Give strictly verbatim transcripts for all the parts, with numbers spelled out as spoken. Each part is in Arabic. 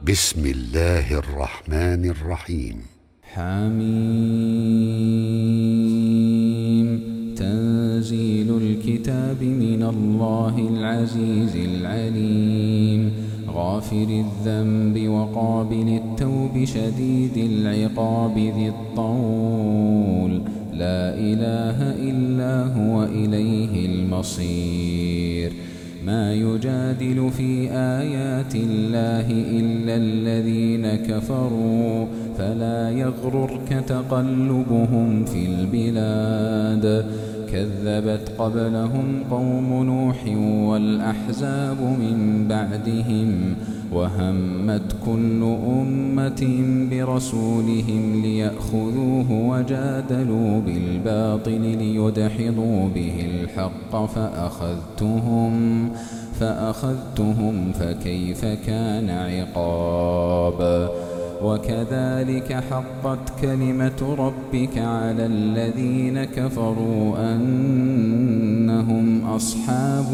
بسم الله الرحمن الرحيم. حميم. تنزيل الكتاب من الله العزيز العليم، غافر الذنب وقابل التوب شديد العقاب ذي الطول، لا إله إلا هو إليه المصير. ما يجادل في آيات الله إلا الذين كفروا، فلا يغررك تقلبهم في البلاد. كذبت قبلهم قوم نوح والأحزاب من بعدهم، وهمت كل أمة برسولهم ليأخذوه وجادلوا بالباطل ليدحضوا به الحق فأخذتهم فأخذتهم فكيف كان عقاب. وكذلك حقت كلمة ربك على الذين كفروا أنهم أصحاب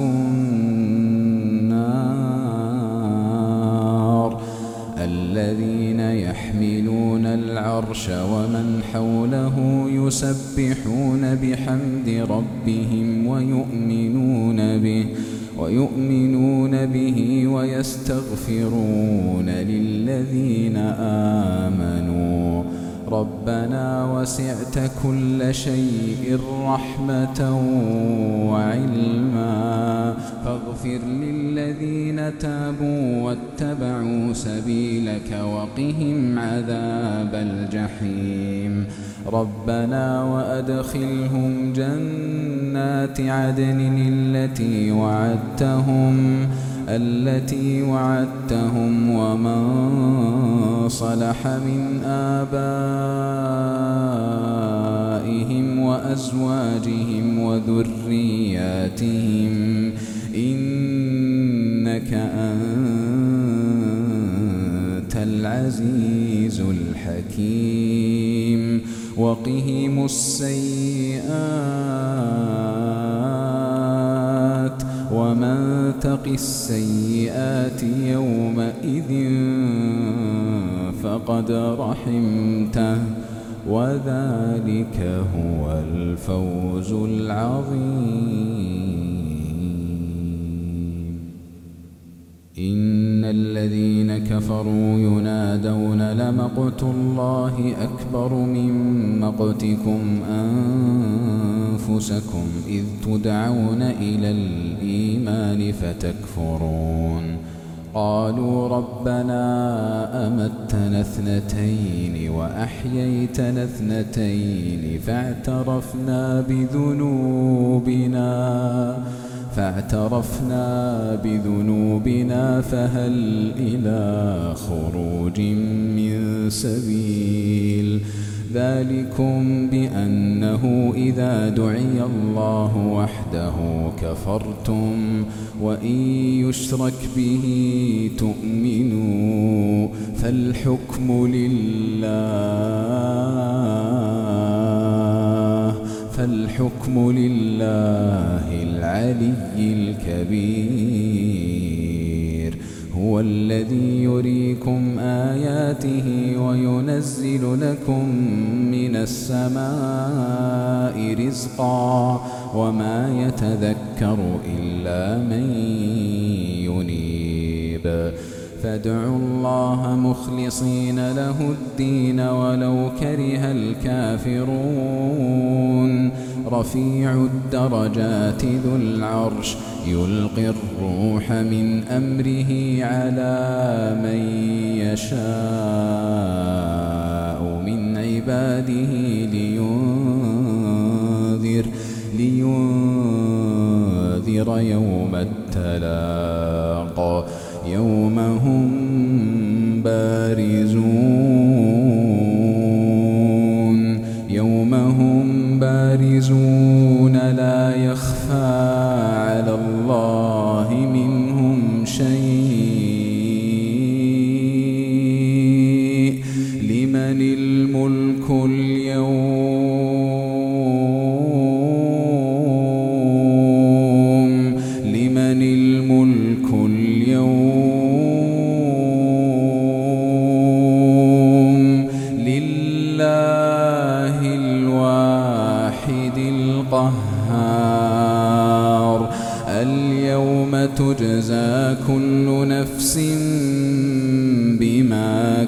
النار، الذين يحملون العرش ومن حوله يسبحون بحمد ربهم ويؤمنون به ويؤمنون به ويستغفرون للذين آمنوا ربنا وسعت كل شيء رحمة وعلما فاغفر للذين تابوا واتبعوا سبيلك وقهم عذاب الجحيم. ربنا وأدخلهم جنات عدن التي وعدتهم التي وعدتهم ومن صلح من آبائهم وأزواجهم وذرياتهم إنك أنت العزيز الحكيم. وقهم السيئات ومن تق السيئات يومئذ فقد رحمته وذلك هو الفوز العظيم. إن الذين كفروا ينادون لمقت الله أكبر من مقتكم أنفسكم إذ تدعون إلى الإيمان فتكفرون. قالوا ربنا أمتنا اثنتين وأحييتنا اثنتين فاعترفنا بذنوبنا فاعترفنا بذنوبنا فهل إلى خروج من سبيل. ذلكم بأنه إذا دعي الله وحده كفرتم وإن يشرك به تؤمنوا فالحكم لله فالحكم لله العلي الكبير. هو الذي يريكم آياته وينزل لكم من السماء رزقا وما يتذكر إلا من ينيب. فادعوا الله مخلصين له الدين ولو كره الكافرون. رفيع الدرجات ذو العرش يلقي الروح من أمره على من يشاء من عباده لينذر لينذر يوم التلاق يوم هم بارزون يوم هم بارزون لا يخفى على الله منهم شيء. لمن الملك اليوم لمن الملك اليوم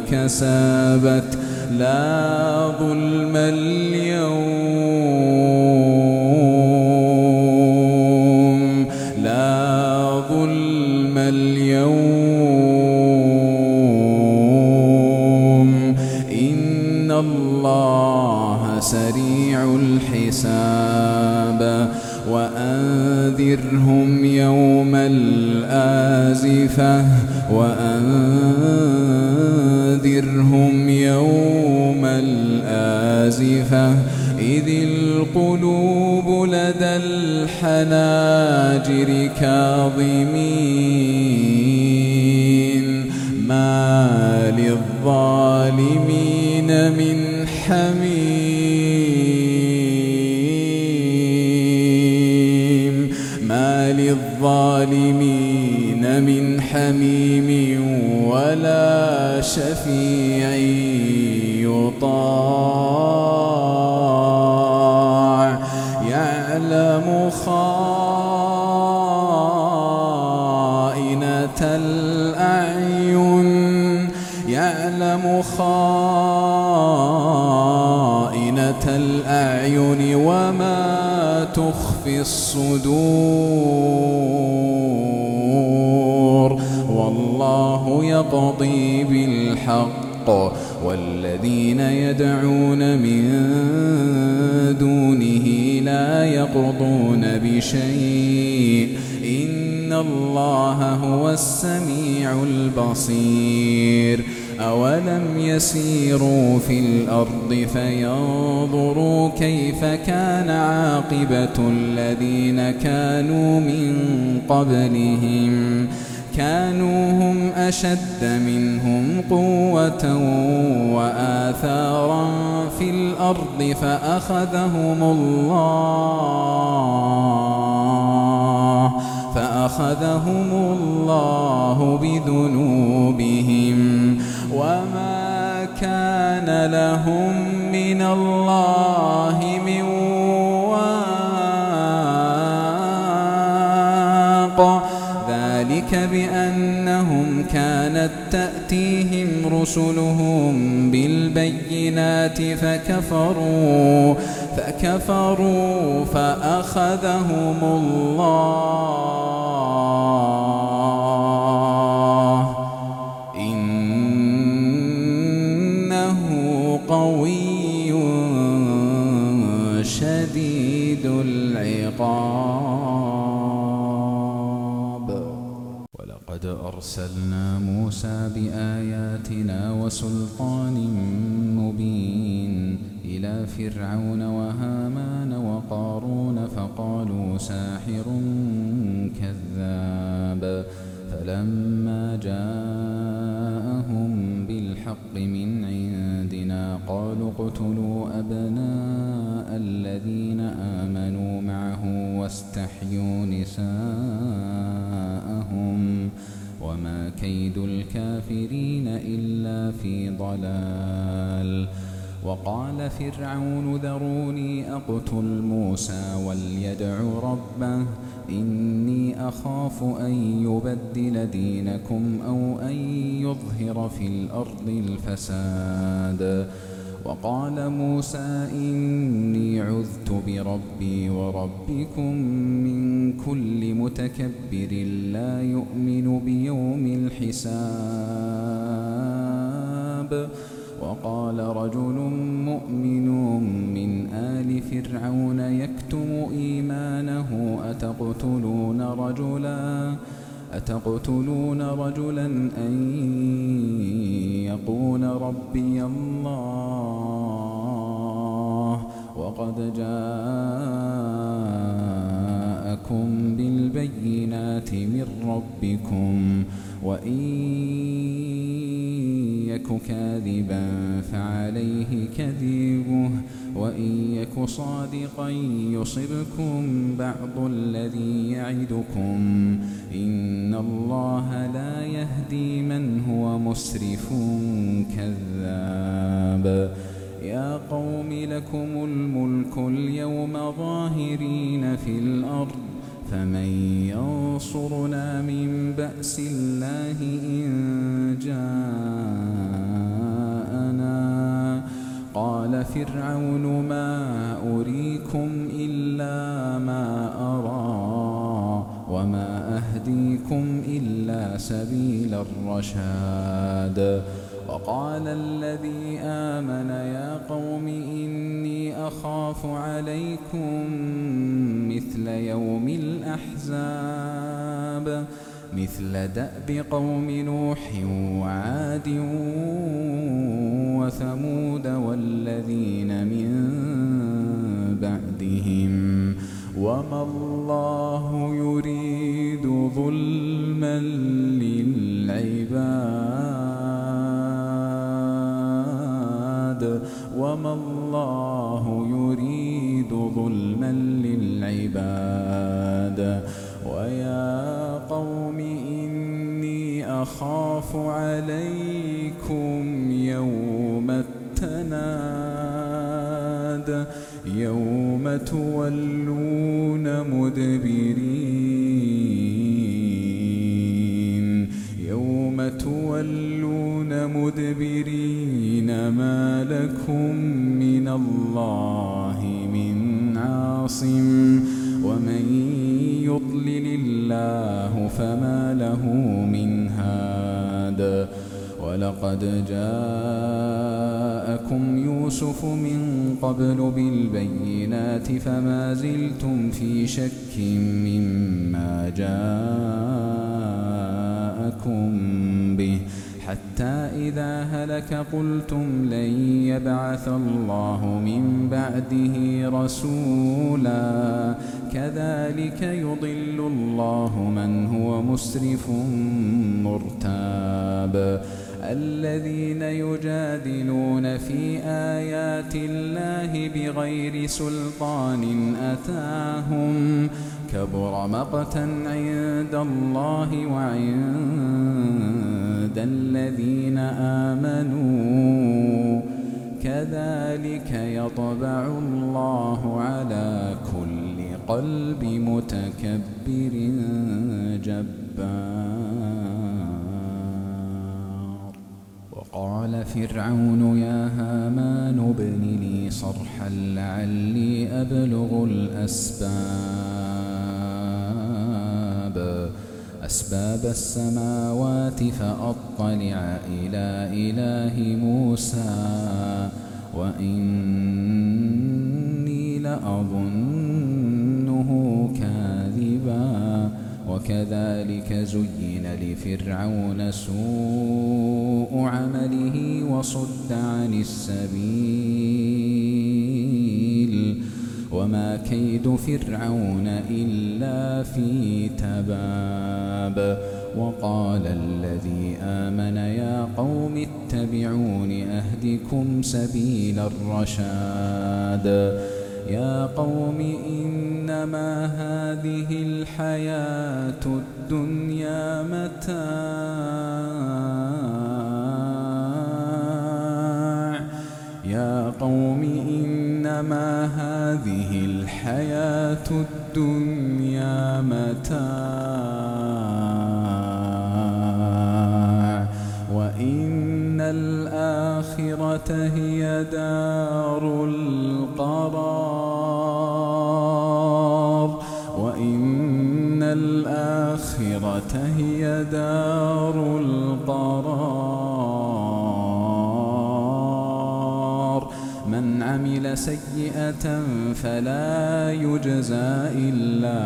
كسبت لا ظلم اليوم لا ظلم اليوم إن الله سريع الحساب وأنذرهم يوم الآزفة وأنذرهم يوم الآزفة إذ القلوب لدى الحناجر كاظمين ما للظالمين من حميم ما للظالمين من حميم ولا شفيع يطاع يعلم خائنة الأعين يعلم خائنة الأعين وما تخفي الصدور والله يقضي بالحق والذين يدعون من دونه لا يقضون بشيء إن الله هو السميع البصير أولم يسيروا في الأرض فينظروا كيف كان عاقبة الذين كانوا من قبلهم كانوا هم أشد منهم قوة وآثارا في الأرض فأخذهم الله فأخذهم الله بذنوبهم وما كان لهم من الله من واق ذلك بأنهم كانت تأتيهم رسلهم بالبينات فكفروا فكفروا فأخذهم الله إنه قوي شديد العقاب ولقد أرسلنا موسى بآياتنا وسلطان مبين إلى فرعون وهامان وقارون فقالوا ساحر كذاب فلما جاءهم بالحق من عندنا قالوا اقتلوا أبناء الذين آمنوا معه واستحيوا نساءهم وما كيد الكافرين إلا في ضلال وقال فرعون ذروني أقتل موسى وليدع ربه إني أخاف أن يبدل دينكم أو أن يظهر في الأرض الفساد وقال موسى إني عذت بربي وربكم من كل متكبر لا يؤمن بيوم الحساب وقال رجل مؤمن من آل فرعون يكتم إيمانه أتقتلون رجلا أتقتلون رجلا أن يقول ربي الله وقد جاءكم بالبينات من ربكم وإن يك كاذبا فعليه كذبه وإن يك صادقا يصبكم بعض الذي يعدكم إن الله لا يهدي من هو مسرف كذاب يا قوم لكم الملك اليوم ظاهرين في الأرض فمن ينصرنا من بأس الله إن جاءنا وقال فرعون ما أريكم إلا ما أرى وما أهديكم إلا سبيل الرشاد وقال الذي آمن يا قوم إني أخاف عليكم مثل يوم الأحزاب مثل دأب قوم نوح وعاد وثمود والذين من بعدهم وما الله يريد ظلما للعباد وما الله يريد ظلما للعباد ويا قوم إني أخاف عليكم يوم التناد يوم تولون مدبرين يوم تولون مدبرين ما لكم من الله من عاصم ومن يضلل الله فما له من هاد ولقد جاءكم يوسف من قبل بالبينات فما زلتم في شك مما جاءكم به حتى إذا هلك قلتم لن يبعث الله من بعده رسولا كذلك يضل الله من هو مسرف مرتاب الذين يجادلون في آيات الله بغير سلطان أتاهم كبر مقتا عند الله وعند الذين آمنوا كذلك يطبع الله على كل قلب متكبر جبار وقال فرعون يا هامان ابن لي صرحا لعلي أبلغ الأسباب أسباب السماوات فأطلع إلى إله موسى وإني لأظنه كاذبا وكذلك زين لفرعون سوء عمله وصد عن السبيل وما كيد فرعون إلا في تباب وقال الذي آمن يا قوم اتبعون أهدكم سبيل الرشاد يا قوم إنما هذه الحياة الدنيا متاع يا قوم إنما هذه الحياة الدنيا متاع وإن الآخرة هي دار القرار وإن الآخرة هي دار القرار من عمل سيئة فلا يجزى إلا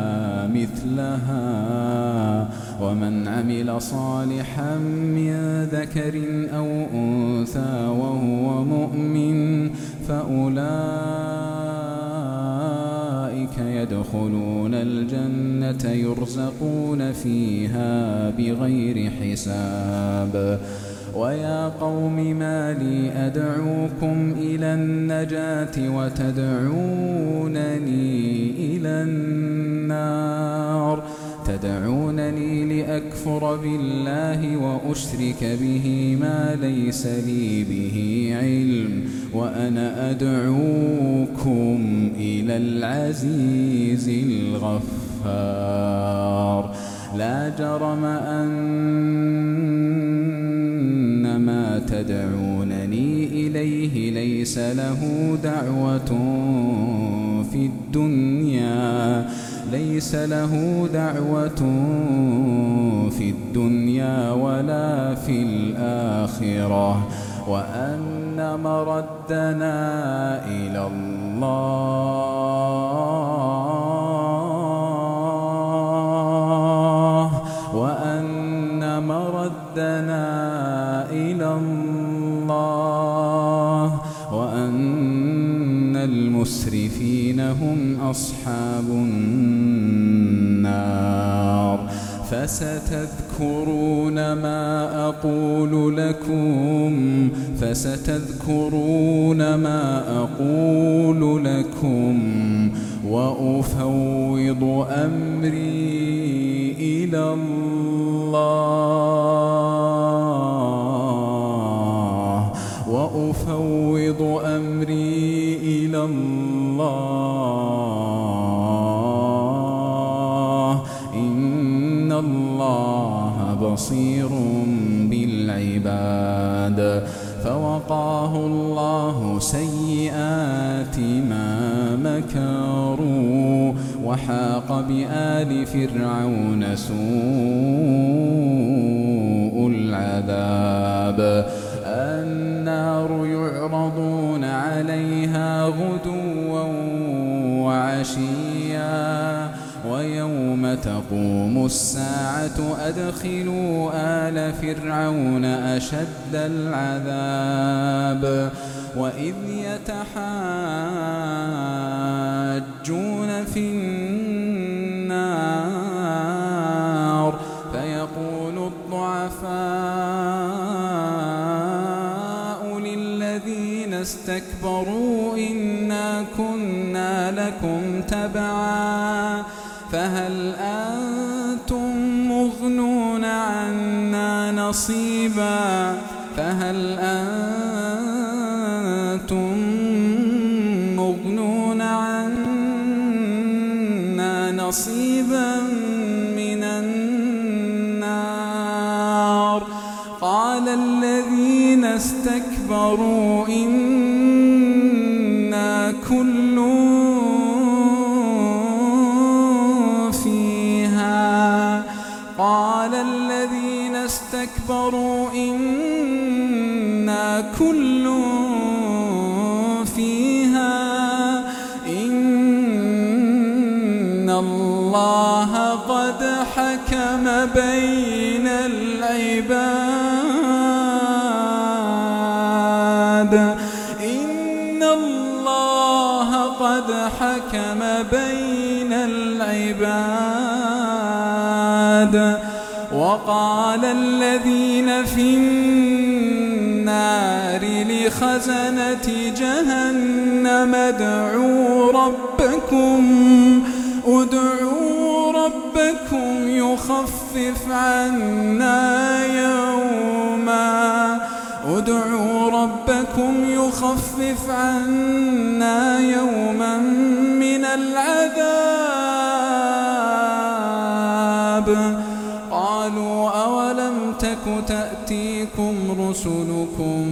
مثلها ومن عمل صالحا من ذكر أو أنثى وهو مؤمن فأولئك يدخلون الجنة يرزقون فيها بغير حساب ويا قوم ما لي أدعوكم إلى النجاة وتدعونني إلى النار تدعونني لأكفر بالله وأشرك به ما ليس لي به علم وأنا أدعوكم إلى العزيز الغفار لا جرم أن ما تدعونني إليه ليس ليس له دعوة في الدنيا ليس له دعوة في الدنيا ولا في الآخرة وأن مردنا إلى الله وأن مردنا إلى الله وأن المسرفين هم أصحاب النار فستذكرون ما أقول لكم فستذكرون ما أقول لكم وأفوض أمري إلى الله وأفوض أمري إلى الله إن الله بصير بالعباد فوقاه الله سيئات ما مكروا وحاق بآل فرعون سوء العذاب النار يعرضون عليها غدوا وعشيا ويوم تقوم الساعة أدخلوا آل فرعون أشد العذاب وإذ يتحاجون في النار فيقول الضعفاء للذين استكبروا إنا كنا لكم تبعا فهل أنتم مغنون عنا نصيبا فهل أنتم مغنون عنا نصيبا من النار قال الذين استكبروا إنا كل قال الذين استكبروا إنا كل فيها إن الله قد حكم بين العباد إن الله قد حكم بين العباد وقال الذين في النار لخزنة جهنم ادعوا ربكم ادعوا ربكم يخفف عنا يوما ادعوا ربكم يخفف عنا يوما من العذاب قالوا أولم تك تأتيكم رسلكم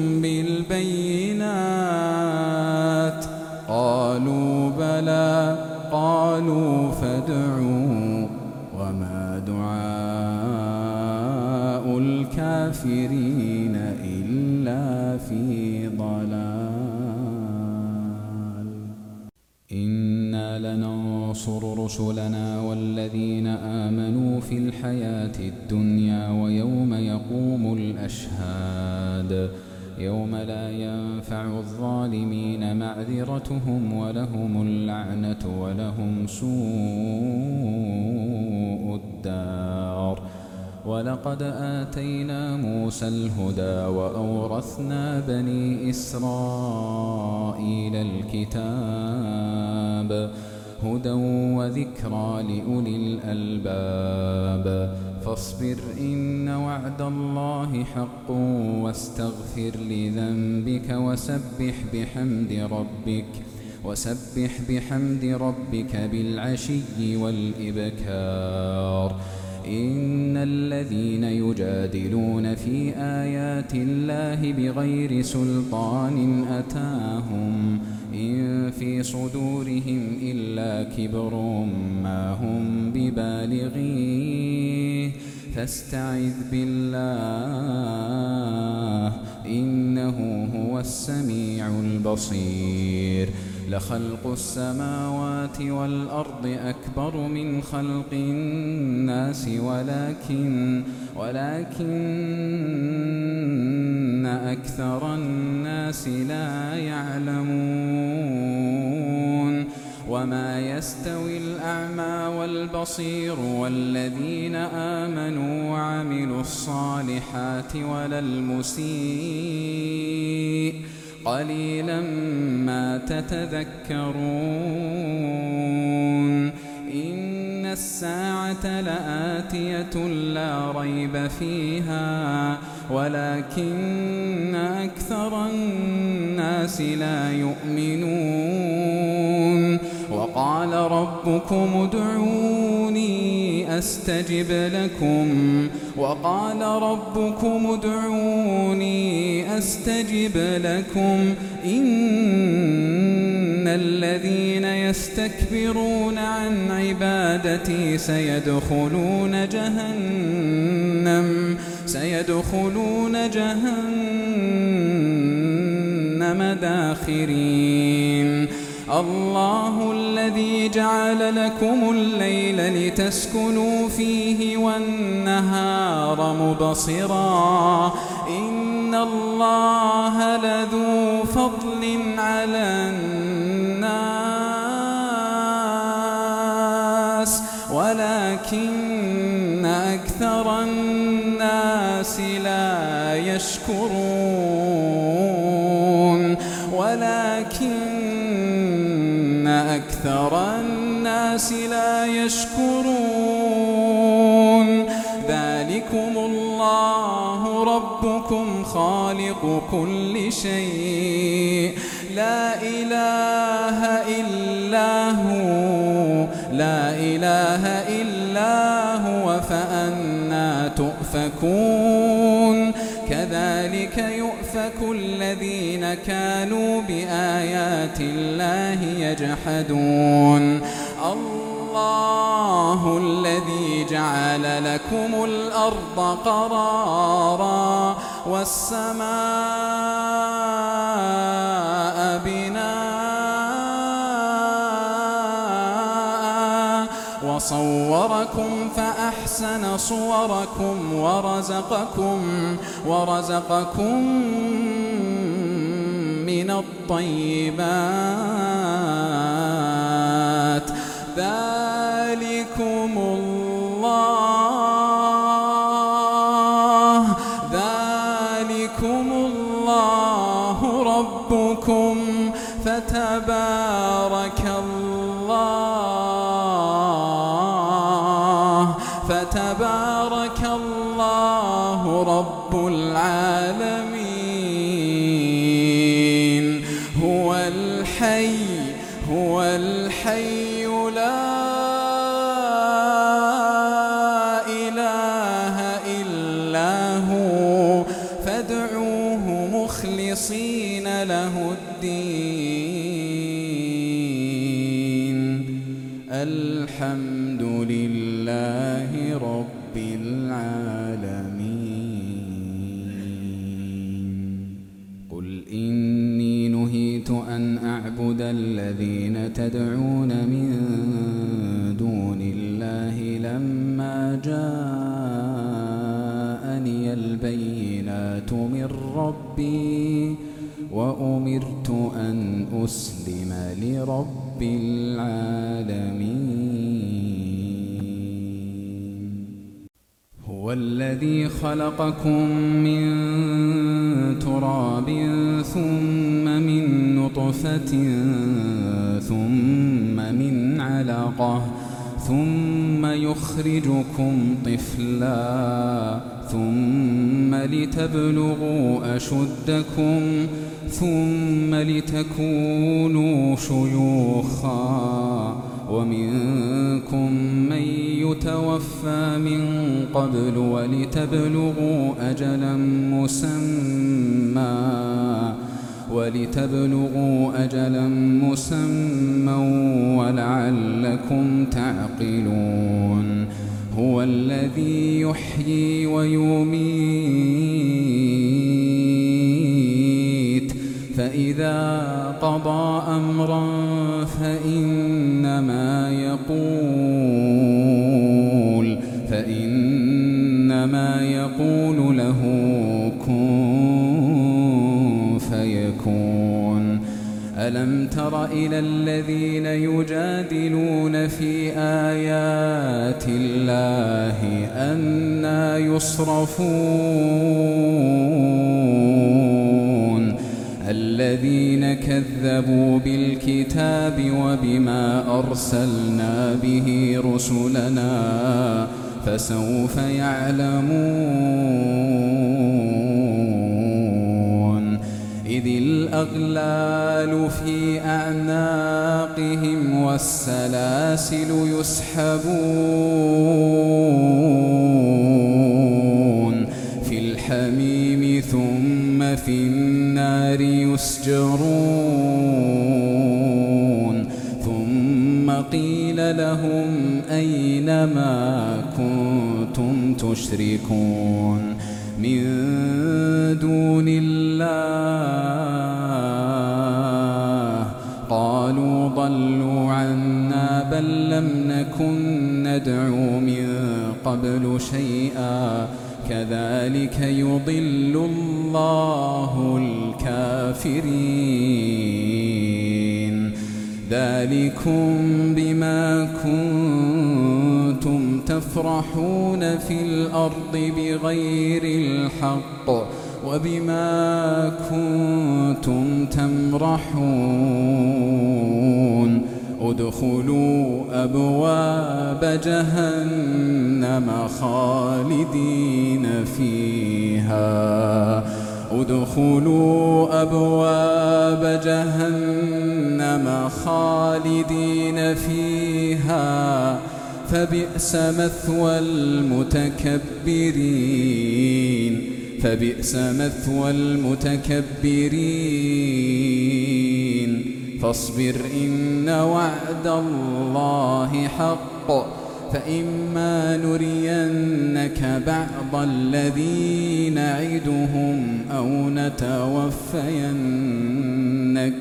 بالبينات قالوا بلى قالوا فادعوا وما دعاء الكافرين إلا في ضلال إنا لننصر رسلنا والذين آمنوا في الحياة الدنيا ويوم يقوم الأشهاد يوم لا ينفع الظالمين معذرتهم ولهم اللعنة ولهم سوء الدار ولقد آتينا موسى الهدى وأورثنا بني إسرائيل الكتاب هدى وذكرى لأولي الألباب فاصبر إن وعد الله حق واستغفر لذنبك وسبح بحمد ربك وسبح بحمد ربك بالعشي والإبكار إن الذين يجادلون في آيات الله بغير سلطان أتاهم إن في صدورهم إلا كبر ما هم ببالغيه فاستعذ بالله إنه هو السميع البصير. لخلق السماوات والأرض أكبر من خلق الناس ولكن ولكن أكثر الناس لا يعلمون. وما يستوي الأعمى والبصير والذين آمنوا وعملوا الصالحات ولا المسيء قليلا ما تتذكرون. إن الساعة لآتية لا ريب فيها ولكن أكثر الناس لا يؤمنون. وقال ربكم ادعوني أستجب لكم وقال ربكم ادعوني أستجب لكم إن الذين يستكبرون عن عبادتي سيدخلون جهنم سيدخلون جهنم داخرين. الله الذي جعل لكم الليل لتسكنوا فيه والنهار مبصرا إن الله لذو فضل على الناس ولكن أكثر الناس لا يشكرون. ولكن أكثر الناس لا يشكرون. ذلكم الله ربكم خالق كل شيء لا إله إلا هو لا إله إلا هو فأنى تؤفكون. كذلك يؤفك الذين كانوا بآيات الله يجحدون. الله الذي جعل لكم الأرض قرارا والسماء بناء وصوركم فأحسن صوركم ورزقكم ورزقكم من الطيبات. ذلكم الله ذلكم الله ربكم فتبارك الله فتبارك الله رب العالمين. هو الحي هو الحي لا إله إلا هو فادعوه مخلصين له الدين. الحمد لله رب العالمين. قل إني نهيت أن أعبد الذين تدعون من دون الله لما جاءني البينات من ربي وأمرت أن أسلم لرب العالمين. هو الذي خلقكم من تراب ثم من نطفة ثم من علقة ثم يخرجكم طفلا ثم لتبلغوا أشدكم ثم لتكونوا شيوخا ومنكم من يتوفى من قبل ولتبلغوا أجلا مسمى ولتبلغوا أجلا مسمى ولعلكم تعقلون هو الذي يحيي ويميت فإذا قضى أمرا فإنما يقول فإنما يقول له كن فيكون ألم تر إلى الذين يجادلون في آيات الله أنى يصرفون الذين كذبوا بالكتاب وبما أرسلنا به رسلنا فسوف يعلمون إذ الأغلال في أعناقهم والسلاسل يسحبون في الحميم ثم في النار يسجرون ثم قيل لهم أين ما كنتم تشركون من دون الله قالوا ضلوا عنا بل لم نكن ندعو من قبل شيئا كذلك يضل الله الكافرين ذلكم بما كنتم تفرحون في الأرض بغير الحق وبما كنتم تمرحون ادخلوا أبواب جهنم خالدين فيها ادخلوا أبواب جهنم خالدين فيها فبئس مثوى المتكبرين فبئس مثوى المتكبرين فاصبر إن وعد الله حق فإما نرينك بعض الذي نعدهم أو نتوفينك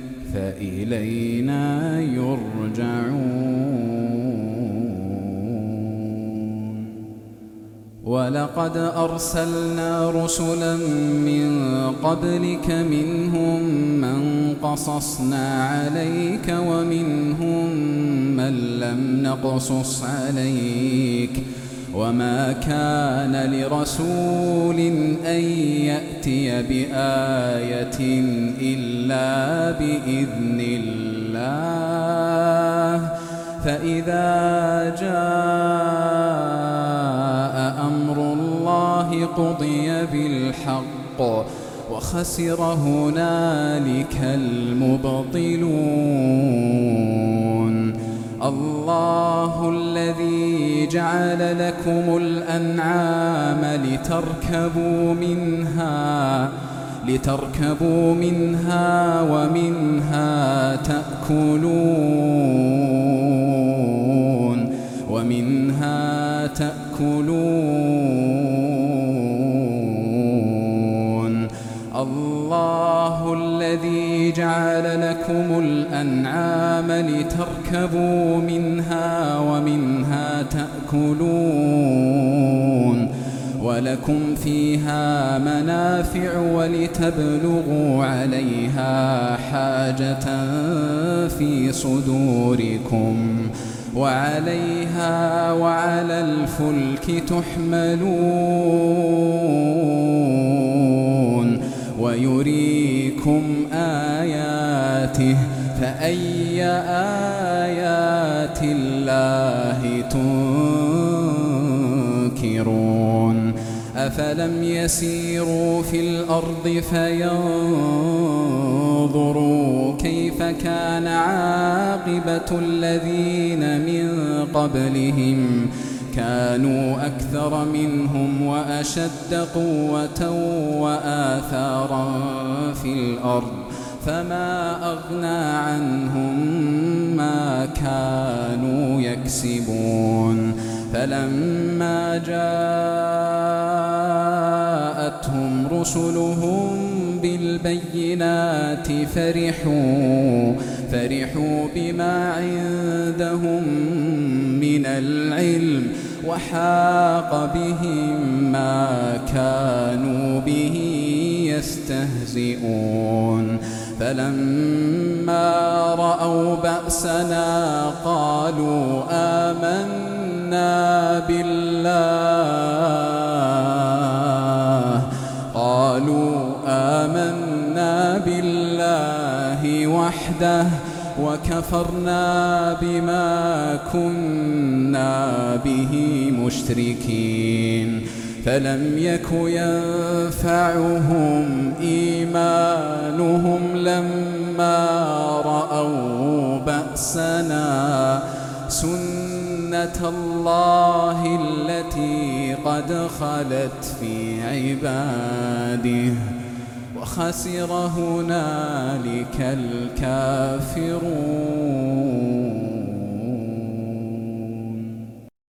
فإلينا يرجعون ولقد أرسلنا رسلا من قبلك منهم من قصصنا عليك ومنهم من لم نقصص عليك وما كان لرسول أن يأتي بآية إلا بإذن الله فإذا جاء أمر الله قضي بالحق وخسر هنالك المبطلون الله الذي جعل لكم الأنعام لتركبوا منها لتركبوا منها ومنها تأكلون ومنها تأكلون الله الذي جعل لكم الأنعام لتركبوا منها ومنها تأكلون ولكم فيها منافع ولتبلغوا عليها حاجة في صدوركم وعليها وعلى الفلك تحملون ويريكم آياته فأي آيات الله تنكرون أفلم يسيروا في الأرض فينظروا كيف كان عاقبة الذين من قبلهم كانوا أكثر منهم وأشد قوة وآثارا في الأرض فما أغنى عنهم ما كانوا يكسبون فلما جاءتهم رسلهم بالبينات فرحوا فرحوا بما عندهم من العلم وحاق بهم ما كانوا به يستهزئون فلما رأوا بأسنا قالوا آمنا بالله قالوا آمنا بالله وحده وكفرنا بما كنا به مشركين فلم يك ينفعهم إيمانهم لما رأوا بأسنا سنة الله التي قد خلت في عباده وخسر هنالك الكافرون.